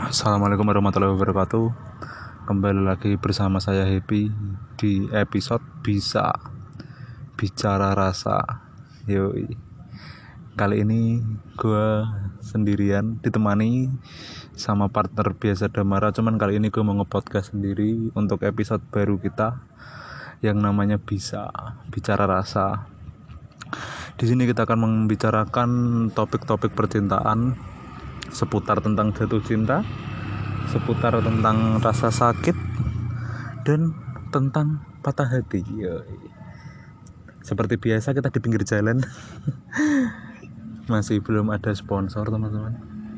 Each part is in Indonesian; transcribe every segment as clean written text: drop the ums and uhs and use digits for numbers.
Assalamualaikum warahmatullahi wabarakatuh. Kembali lagi bersama saya Happy di episode Bisa Bicara Rasa. Yoi. Kali ini gue sendirian ditemani sama partner biasa Damara. Cuman kali ini gue mau nge-podcast sendiri untuk episode baru kita yang namanya Bisa Bicara Rasa. Di sini kita akan membicarakan topik-topik percintaan, seputar tentang jatuh cinta, seputar tentang rasa sakit, dan tentang patah hati. Yoi. Seperti biasa kita di pinggir jalan. Masih belum ada sponsor, teman-teman.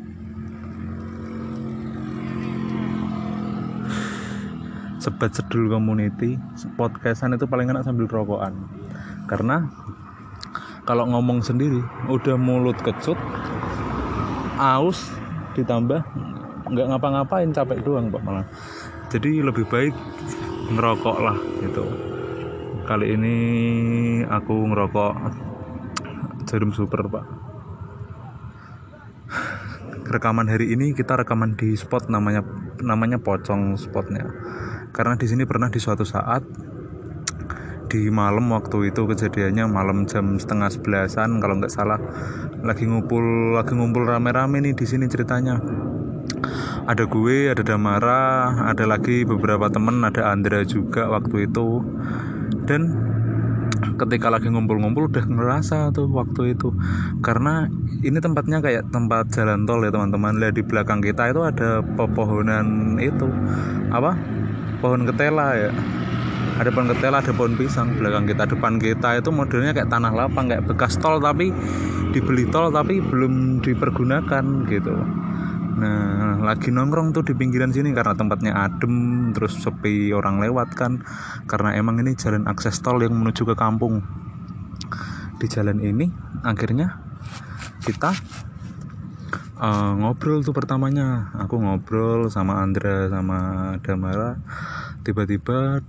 Sebat Sedul Community podcastan itu paling enak sambil rokokan. Karena kalau ngomong sendiri udah mulut kecut, aus, ditambah nggak ngapa-ngapain, capek doang Pak malah. Jadi lebih baik ngerokok lah gitu. Kali ini aku ngerokok Jarum Super Pak. Rekaman hari ini kita rekaman di spot namanya Pocong spotnya. Karena di sini pernah di suatu saat di malam, waktu itu kejadiannya malam jam 10:30 kalau nggak salah, lagi ngumpul rame-rame nih di sini ceritanya. Ada gue, ada Damara, ada lagi beberapa temen, ada Andra juga waktu itu. Dan ketika lagi ngumpul-ngumpul udah ngerasa tuh waktu itu, karena ini tempatnya kayak tempat jalan tol ya teman-teman. Lihat di belakang kita itu ada pepohonan itu pohon ketela ya. Ada pohon ketela, ada pohon pisang belakang kita. Depan kita itu modelnya kayak tanah lapang, kayak bekas tol tapi dibeli tol tapi belum dipergunakan gitu. Nah, lagi nongkrong tuh di pinggiran sini karena tempatnya adem, terus sepi orang lewat kan. Karena emang ini jalan akses tol yang menuju ke kampung. Di jalan ini akhirnya kita ngobrol tuh pertamanya. Aku ngobrol sama Andra sama Damara. Tiba-tiba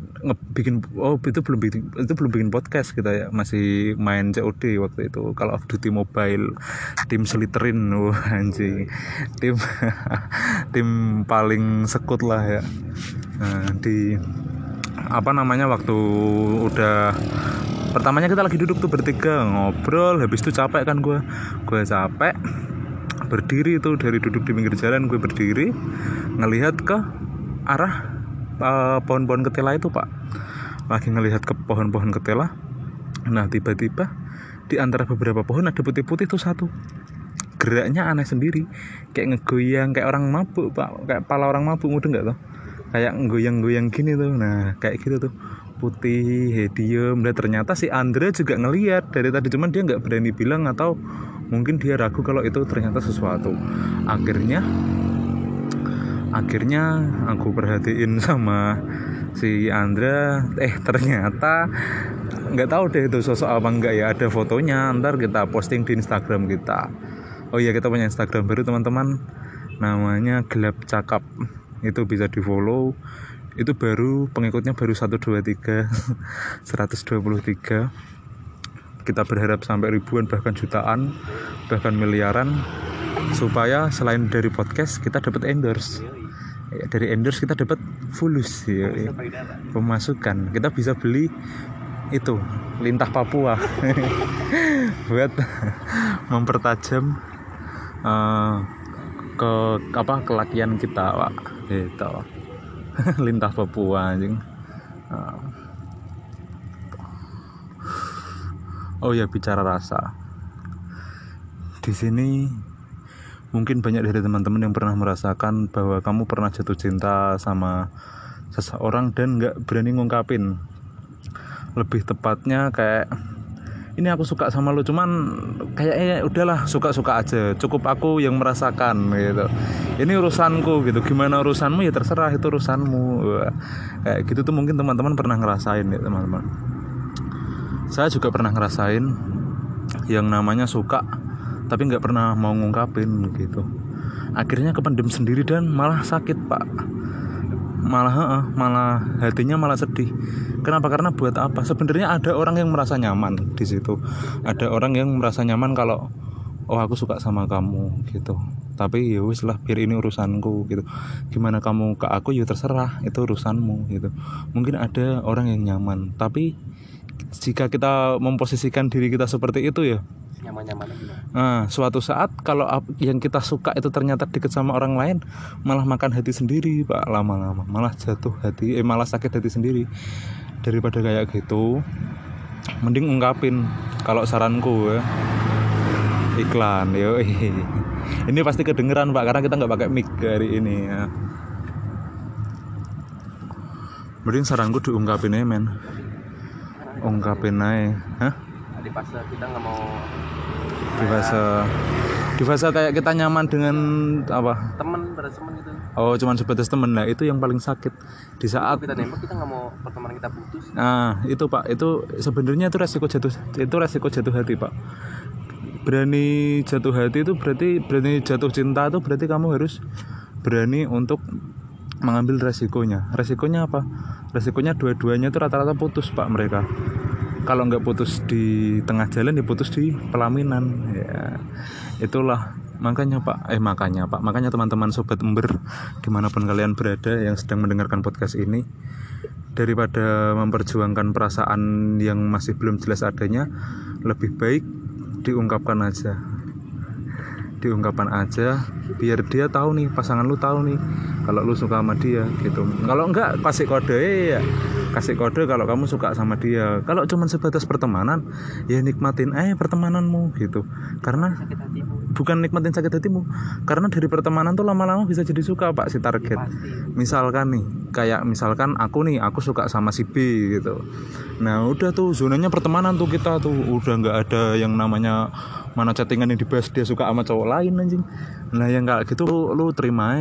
itu belum bikin podcast kita ya, masih main COD waktu itu, Call of Duty Mobile, tim seliterin, anjing, tim paling sekut lah ya. Nah, waktu udah pertamanya kita lagi duduk tuh bertiga ngobrol, habis itu capek kan gue capek, berdiri tuh dari duduk di pinggir jalan, gue berdiri ngelihat ke arah pohon-pohon ketela itu Pak. Lagi ngelihat ke pohon-pohon ketela. Nah tiba-tiba di antara beberapa pohon ada putih-putih tuh satu. Geraknya aneh sendiri, kayak ngegoyang, kayak orang mabuk Pak, kayak pala orang mabuk, mudeng nggak tuh? Kayak goyang-goyang gini tuh. Nah kayak gitu tuh, putih, diem. Dan ternyata si Andra juga ngelihat dari tadi, cuman dia nggak berani bilang, atau mungkin dia ragu kalau itu ternyata sesuatu. Akhirnya aku perhatiin sama si Andra, ternyata nggak tahu deh itu sosok apa enggak ya. Ada fotonya, ntar kita posting di Instagram kita. Oh iya, kita punya Instagram baru teman-teman, namanya Gelap Cakap. Itu bisa di follow. Itu baru, pengikutnya baru 123 123. Kita berharap sampai ribuan, bahkan jutaan, bahkan miliaran, supaya selain dari podcast kita dapat endorse. Dari endorse kita dapat fulus ya, pemasukan. Kita bisa beli itu lintah Papua buat mempertajam kelakian kita Pak gitu. Lintah Papua anjing. Oh ya, bicara rasa. Di sini mungkin banyak dari teman-teman yang pernah merasakan bahwa kamu pernah jatuh cinta sama seseorang dan gak berani ngungkapin. Lebih tepatnya kayak, ini aku suka sama lu, cuman kayaknya udahlah, suka-suka aja, cukup aku yang merasakan gitu. Ini urusanku gitu, gimana urusanmu ya terserah, itu urusanmu. Kayak gitu tuh mungkin teman-teman pernah ngerasain ya teman-teman. Saya juga pernah ngerasain yang namanya suka tapi nggak pernah mau ngungkapin gitu. Akhirnya kependem sendiri dan malah sakit Pak. Malah hatinya malah sedih. Kenapa? Karena buat apa? Sebenarnya ada orang yang merasa nyaman di situ. Ada orang yang merasa nyaman kalau aku suka sama kamu gitu. tapi ya wis lah, biar ini urusanku gitu. Gimana kamu ke aku ya terserah, itu urusanmu gitu. Mungkin ada orang yang nyaman, tapi jika kita memposisikan diri kita seperti itu ya nyaman-nyaman aja. Nah, suatu saat kalau yang kita suka itu ternyata deket sama orang lain, malah makan hati sendiri Pak, lama-lama malah jatuh hati, malah sakit hati sendiri. Daripada kayak gitu, mending ungkapin. Kalau saranku ya, iklan yo. Ini pasti kedengeran Pak, karena kita nggak pakai mic hari ini ya. Mending saranku diungkapin aja men, ungkapin aja. Hah? Di fase kita nggak mau di fase kayak kita nyaman dengan apa, teman gitu. Oh, cuman sebatas temen lah, itu yang paling sakit. Di saat kita nembak, kita nggak mau pertemanan kita putus. Nah itu Pak, itu sebenarnya itu resiko jatuh hati Pak. Berani jatuh hati itu berani jatuh cinta itu berarti kamu harus berani untuk mengambil resikonya. Resikonya apa? Resikonya dua-duanya itu rata-rata putus Pak mereka. Kalau nggak putus di tengah jalan, ya putus di pelaminan ya. Itulah makanya teman-teman sobat ember dimanapun kalian berada yang sedang mendengarkan podcast ini, daripada memperjuangkan perasaan yang masih belum jelas adanya, lebih baik diungkapkan aja biar dia tahu nih, pasangan lu tahu nih kalau lu suka sama dia gitu. Kalau enggak kasih kode kalau kamu suka sama dia. Kalau cuma sebatas pertemanan ya nikmatin pertemananmu gitu. Karena bukan nikmatin sakit hatimu, karena dari pertemanan tuh lama-lama bisa jadi suka Pak si target. Misalkan aku suka sama si B gitu. Nah udah tuh zonanya pertemanan tuh, kita tuh udah nggak ada yang namanya mana chattingan yang dibahas dia suka sama cowok lain anjing. Nah yang kayak gitu lu terima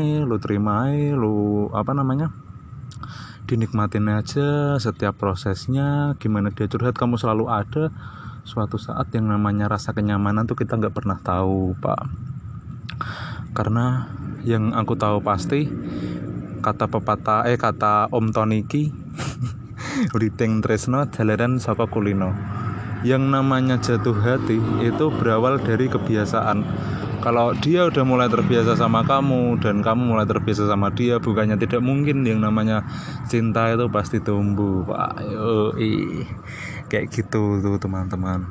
dinikmatin aja setiap prosesnya. Gimana dia curhat kamu selalu ada. Suatu saat yang namanya rasa kenyamanan tuh kita nggak pernah tahu Pak. Karena yang aku tahu pasti kata Om Toniki Uriting Tresno jalaran saka kulino. Yang namanya jatuh hati itu berawal dari kebiasaan. Kalau dia udah mulai terbiasa sama kamu dan kamu mulai terbiasa sama dia, bukannya tidak mungkin yang namanya cinta itu pasti tumbuh Pak. Kayak gitu tuh teman-teman.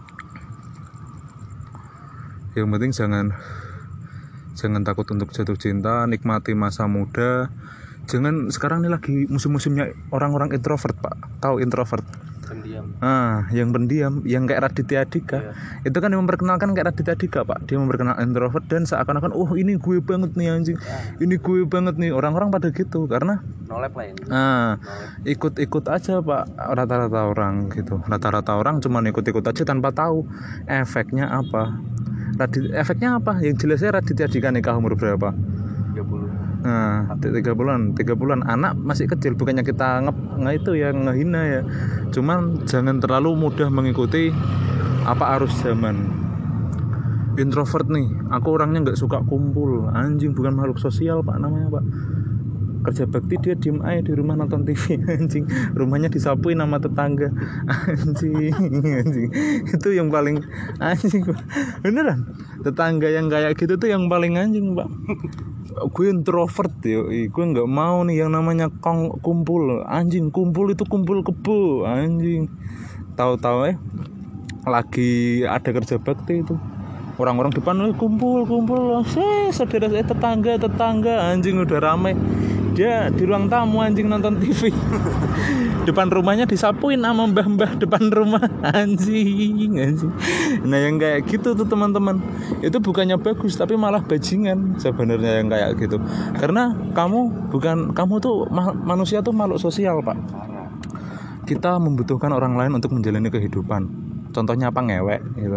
Yang penting jangan takut untuk jatuh cinta, nikmati masa muda. Jangan, sekarang ini lagi musim-musimnya orang-orang introvert Pak. Tahu introvert? Pendiam. Yang pendiam, yang kayak Raditya Dika. Yeah. Itu kan yang memperkenalkan kayak Raditya Dika Pak. Dia memperkenalkan introvert dan seakan-akan ini gue banget nih anjing. Yeah. Ini gue banget nih. Orang-orang pada gitu karena nolep lah ini. Ikut-ikut aja Pak rata-rata orang gitu. Rata-rata orang cuma ikut-ikut aja tanpa tahu efeknya apa. Efeknya apa? Yang jelasnya Raditya Dika nikah umur berapa? 30. Nah, 3 bulan anak masih kecil, bukannya kita itu ya ngehina ya. Cuman jangan terlalu mudah mengikuti apa arus zaman. Introvert nih, aku orangnya nggak suka kumpul, anjing, bukan makhluk sosial Pak namanya Pak. Kerja bakti dia diem aja di rumah nonton TV anjing, rumahnya disapuin sama tetangga anjing. Itu yang paling anjing Pak. Beneran, tetangga yang kayak gitu tuh yang paling anjing Pak. Gue introvert ya, gue nggak mau nih yang namanya kumpul anjing. Kumpul itu kumpul kebo anjing. Tahu-tahu lagi ada kerja bakti itu, orang-orang depan kumpul saudara saya tetangga anjing, udah ramai. Dia di ruang tamu anjing nonton TV. Depan rumahnya disapuin sama mbah-mbah depan rumah anjing. Nah yang kayak gitu tuh teman-teman, itu bukannya bagus tapi malah bajingan sebenarnya yang kayak gitu. Karena kamu tuh manusia tuh makhluk sosial Pak. Kita membutuhkan orang lain untuk menjalani kehidupan. Contohnya apa, ngewek gitu.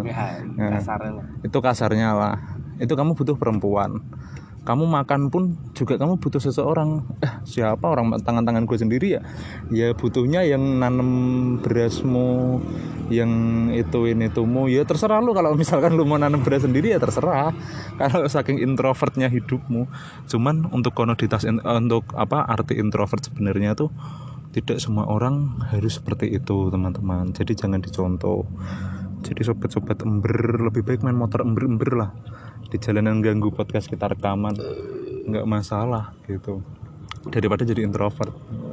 Itu kasarnya lah. Itu kamu butuh perempuan. Kamu makan pun juga kamu butuh seseorang. Siapa orang tangan-tangan gue sendiri ya? Ya butuhnya yang nanem berasmu, yang itumu. Ya terserah lu, kalau misalkan lu mau nanem beras sendiri ya terserah. Kalau saking introvertnya hidupmu. Cuman untuk konoditas arti introvert sebenarnya tuh tidak semua orang harus seperti itu teman-teman. Jadi jangan dicontoh. Jadi sobat-sobat ember lebih baik main motor ember lah di jalanan ganggu podcast kita rekaman, nggak masalah gitu, daripada jadi introvert.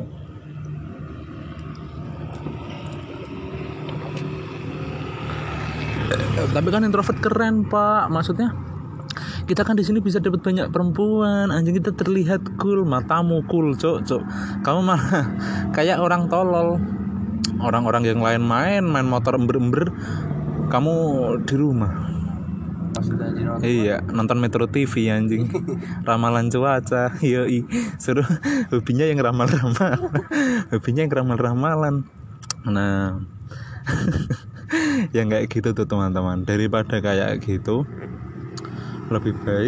Tapi kan introvert keren pak, maksudnya kita kan di sini bisa dapat banyak perempuan, anjing, kita terlihat cool, matamu cool, cok. Kamu malah kayak orang tolol. Orang-orang yang lain main motor ember-ember, kamu di rumah. Iya, nonton Metro TV anjing. Ramalan cuaca, yoi. Suruh hobinya yang ramal-ramalan. Nah, yang kayak gitu tuh teman-teman. Daripada kayak gitu, lebih baik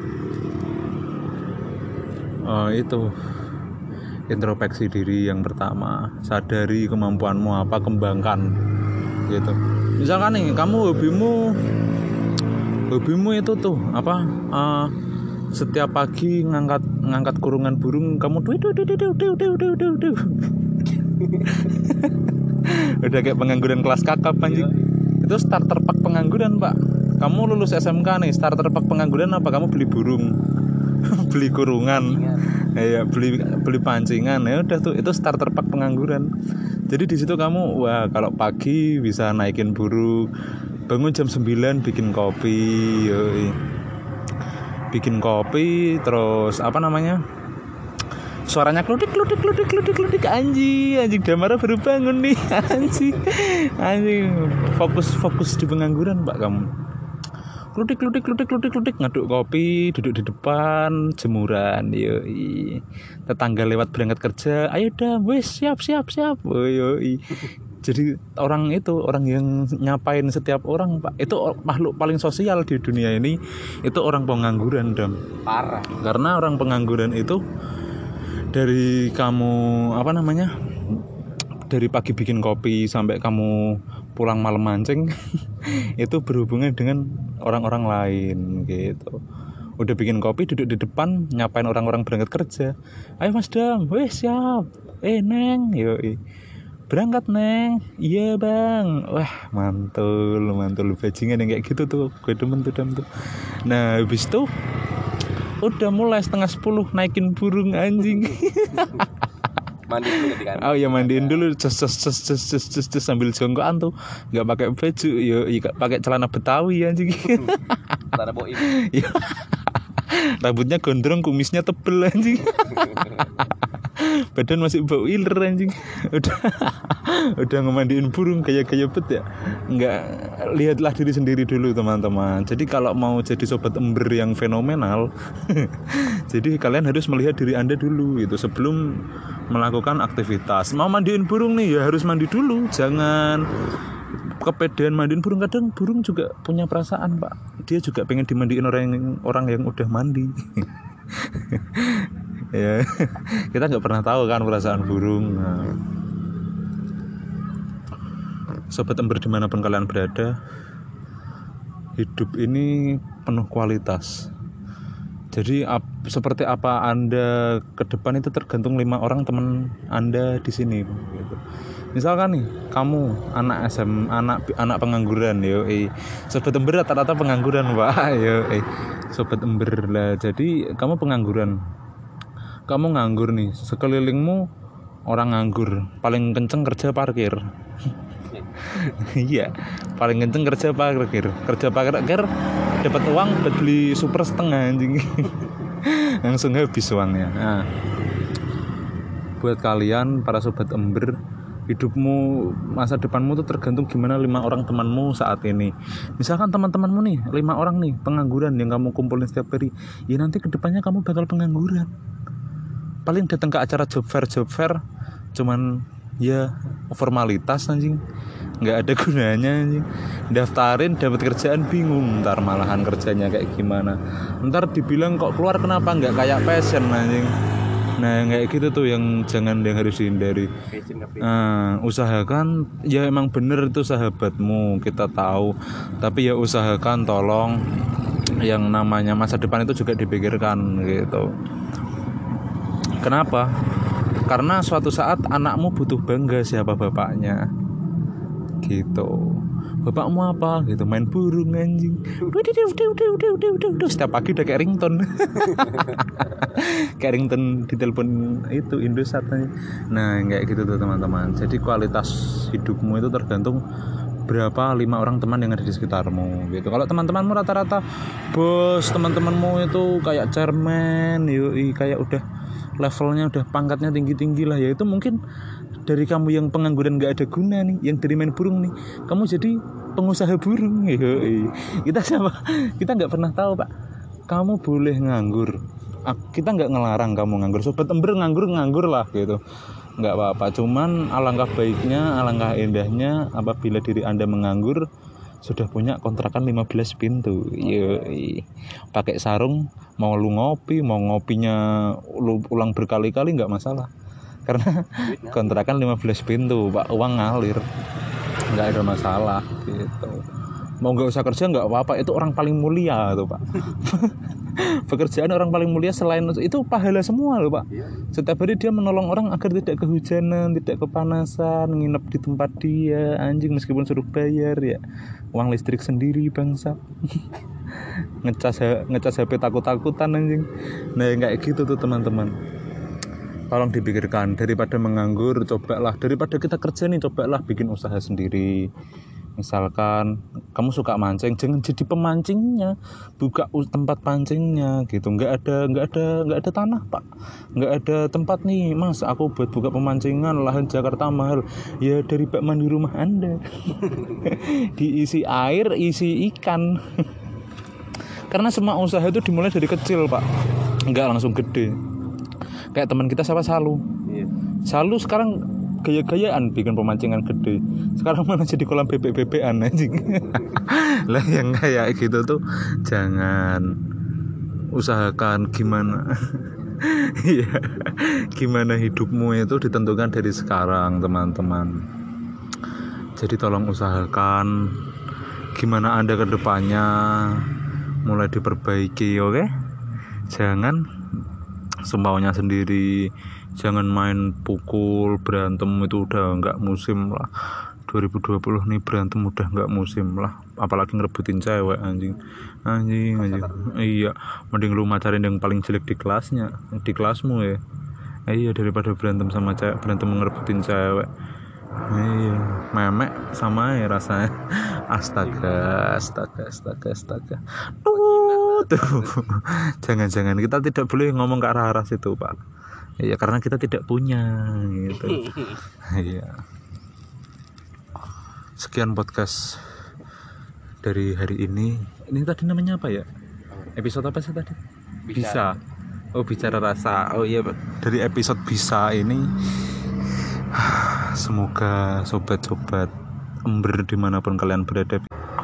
itu introspeksi diri yang pertama, sadari kemampuanmu apa, kembangkan gitu. Misalkan nih kamu hobimu itu tuh apa, setiap pagi ngangkat kurungan burung, kamu udah kayak pengangguran kelas kakap anjing. Itu starter pack pengangguran pak. Kamu lulus SMK nih, starter pack pengangguran apa? Kamu beli burung, beli kurungan, ya beli pancingan, ya udah tuh, itu starter pack pengangguran. Jadi di situ kamu, wah kalau pagi bisa naikin burung, bangun jam 9 bikin kopi, yoi. Bikin kopi, terus apa namanya, suaranya kludik anjing Damara baru bangun nih anjing fokus di pengangguran pak. Kamu kludik ngaduk kopi, duduk di depan jemuran, yoi. Tetangga lewat berangkat kerja, ayo dah wes siap yoi. Jadi orang yang nyapain setiap orang pak, itu makhluk paling sosial di dunia ini, itu orang pengangguran dam. Parah. Karena orang pengangguran itu dari kamu apa namanya, dari pagi bikin kopi sampai kamu pulang malam mancing itu berhubungan dengan orang-orang lain gitu. Udah bikin kopi, duduk di depan nyapain orang-orang berangkat kerja, ayo mas Dam, wes siap, neng, yoi, berangkat neng, iya bang, wah mantul bajingan yang kayak gitu tuh, gue demen tuh Dam tuh. Nah habis itu udah mulai 9:30 naikin burung anjing. Mandi dulu ketika. Oh ya mandiin dulu, just sambil jongkokan tuh, nggak pakai baju, pakai celana Betawi anjing. Celana boim. Rambutnya gondrong, kumisnya tebel anjing. Badan masih bau iler anjing. Udah ngemandiin burung gaya-gaya bet ya. Nggak, lihatlah diri sendiri dulu teman-teman. Jadi kalau mau jadi sobat ember yang fenomenal, jadi kalian harus melihat diri Anda dulu gitu sebelum melakukan aktivitas. Mau mandiin burung nih ya harus mandi dulu, jangan kepedean mandiin burung. Kadang burung juga punya perasaan pak, dia juga pengen dimandiin orang yang udah mandi. Ya kita nggak pernah tahu kan perasaan burung. Nah, sobat ember dimanapun kalian berada, hidup ini penuh kualitas. Jadi seperti apa Anda ke depan itu tergantung 5 orang teman Anda di sini gitu. Misalkan nih kamu anak anak pengangguran, yoi. Sobat ember rata-rata pengangguran pak, yoi. Sobat ember lah, jadi kamu pengangguran, kamu nganggur nih, sekelilingmu orang nganggur, paling kenceng kerja parkir. Iya, paling kenceng kerja parkir dapat uang buat beli super setengah anjing. Langsung habis uangnya. Nah, buat kalian para sobat ember, hidupmu, masa depanmu tuh tergantung gimana 5 orang temanmu saat ini. Misalkan teman-temanmu nih 5 orang nih pengangguran yang kamu kumpulin setiap hari, ya nanti kedepannya kamu bakal pengangguran. Paling datang ke acara job fair cuman ya formalitas anjing, nggak ada gunanya anjing. Daftarin dapat kerjaan bingung, ntar malahan kerjanya kayak gimana, ntar dibilang kok keluar kenapa nggak kayak passion anjing. Nah kayak gitu tuh yang harus dihindari. Usahakan ya, emang bener itu sahabatmu, kita tahu, tapi ya usahakan tolong yang namanya masa depan itu juga dipikirkan gitu. Kenapa? Karena suatu saat anakmu butuh bangga siapa bapaknya gitu. bapakmu apa gitu, main burung anjing. Udah setiap pagi udah kayak ringtone. Kayak ringtone di telepon itu Indosat. Nah kayak gitu tuh teman-teman. Jadi kualitas hidupmu itu tergantung berapa 5 orang teman yang ada di sekitarmu gitu. Kalau teman-temanmu rata-rata bos, teman-temanmu itu kayak chairman, yoi, kayak udah levelnya udah pangkatnya tinggi-tinggi lah, ya itu mungkin dari kamu yang pengangguran gak ada guna nih, yang dari main burung nih, kamu jadi pengusaha burung. Yoi. Kita nggak pernah tahu pak, kamu boleh nganggur, kita nggak ngelarang kamu nganggur. Sobat Ember nganggur lah gitu, nggak apa-apa. Cuman alangkah baiknya, alangkah indahnya apabila diri Anda menganggur sudah punya kontrakan 15 pintu. Yoi. Pakai sarung, mau lu ngopi, mau ngopinya lu ulang berkali-kali nggak masalah. Karena kontrakan 15 pintu, Pak, uang ngalir. Nggak ada masalah gitu. Mau nggak usah kerja nggak apa-apa, itu orang paling mulia tuh Pak. Pekerjaan orang paling mulia selain itu pahala semua loh Pak. Setiap hari dia menolong orang agar tidak kehujanan, tidak kepanasan, nginep di tempat dia, anjing, meskipun suruh bayar ya, uang listrik sendiri bangsat. ngecas HP takut-takutan anjing. Nah kayak gitu tuh teman-teman. Tolong dipikirkan, daripada menganggur, cobalah, daripada kita kerja nih, cobalah bikin usaha sendiri. Misalkan kamu suka mancing, jangan jadi pemancingnya, buka tempat pancingnya gitu. Nggak ada tanah Pak, nggak ada tempat nih Mas, aku buat buka pemancingan, lahan Jakarta mahal. Ya dari bak mandi rumah Anda. Diisi air, isi ikan. Karena semua usaha itu dimulai dari kecil Pak, nggak langsung gede. Kayak teman kita siapa, Salu. Salu sekarang gaya-gayaan bikin pemancingan gede. Sekarang mana jadi kolam bebek-bebekan anjing. Lah yang kayak gitu tuh jangan, usahakan gimana. Iya. Gimana hidupmu itu ditentukan dari sekarang, teman-teman. Jadi tolong usahakan gimana Anda ke depannya mulai diperbaiki, oke? Jangan semaunya sendiri, jangan main pukul, berantem, itu udah nggak musim lah. 2020 nih berantem udah nggak musim lah, apalagi ngerebutin cewek anjing. Iya, mending lu macarin yang paling jelek di kelasnya, di kelasmu ya. Iya, daripada berantem sama cewek, berantem ngerebutin cewek. Iya, memek sama ya rasanya. Astaga. Tuh. Jangan kita tidak boleh ngomong ke arah-arah situ Pak. Iya, karena kita tidak punya gitu. Iya. Sekian podcast dari hari ini. Ini tadi namanya apa ya? Episode apa sih tadi? Bisa. Oh, bicara rasa. Oh iya, dari episode bisa ini. Semoga sobat-sobat Ember dimanapun kalian berada,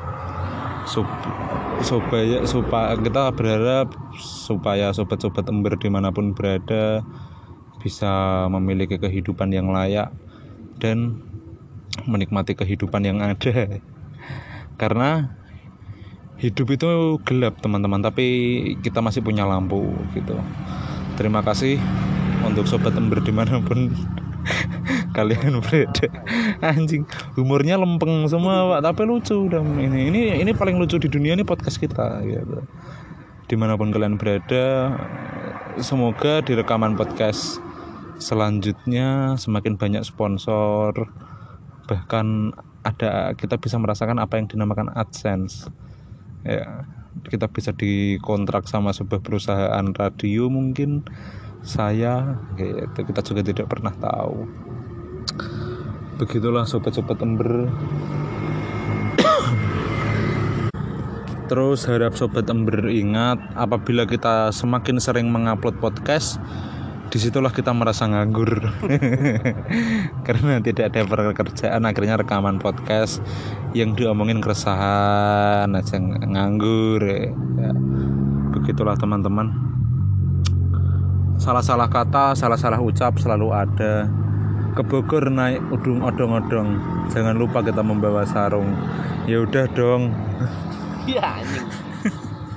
supaya kita berharap supaya sobat-sobat Ember dimanapun berada bisa memiliki kehidupan yang layak dan menikmati kehidupan yang ada. Karena hidup itu gelap teman-teman, tapi kita masih punya lampu gitu. Terima kasih untuk sobat Ember dimanapun kalian berada. Anjing, humornya lempeng semua Pak, tapi lucu udah. Ini paling lucu di dunia nih podcast kita gitu. Dimanapun kalian berada, semoga di rekaman podcast selanjutnya semakin banyak sponsor, bahkan kita bisa merasakan apa yang dinamakan AdSense ya. Kita bisa dikontrak sama sebuah perusahaan radio mungkin, saya gitu, kita juga tidak pernah tahu. Begitulah sobat-sobat Ember. Terus harap sobat Ember ingat, apabila kita semakin sering mengupload podcast, disitulah kita merasa nganggur. Karena tidak ada pekerjaan, akhirnya rekaman podcast yang diomongin keresahan aja, nganggur ya. Begitulah teman-teman. Salah-salah kata, salah-salah ucap selalu ada. Ke Bogor naik odong-odong, jangan lupa kita membawa sarung. Ya udah dong. Iya anjing.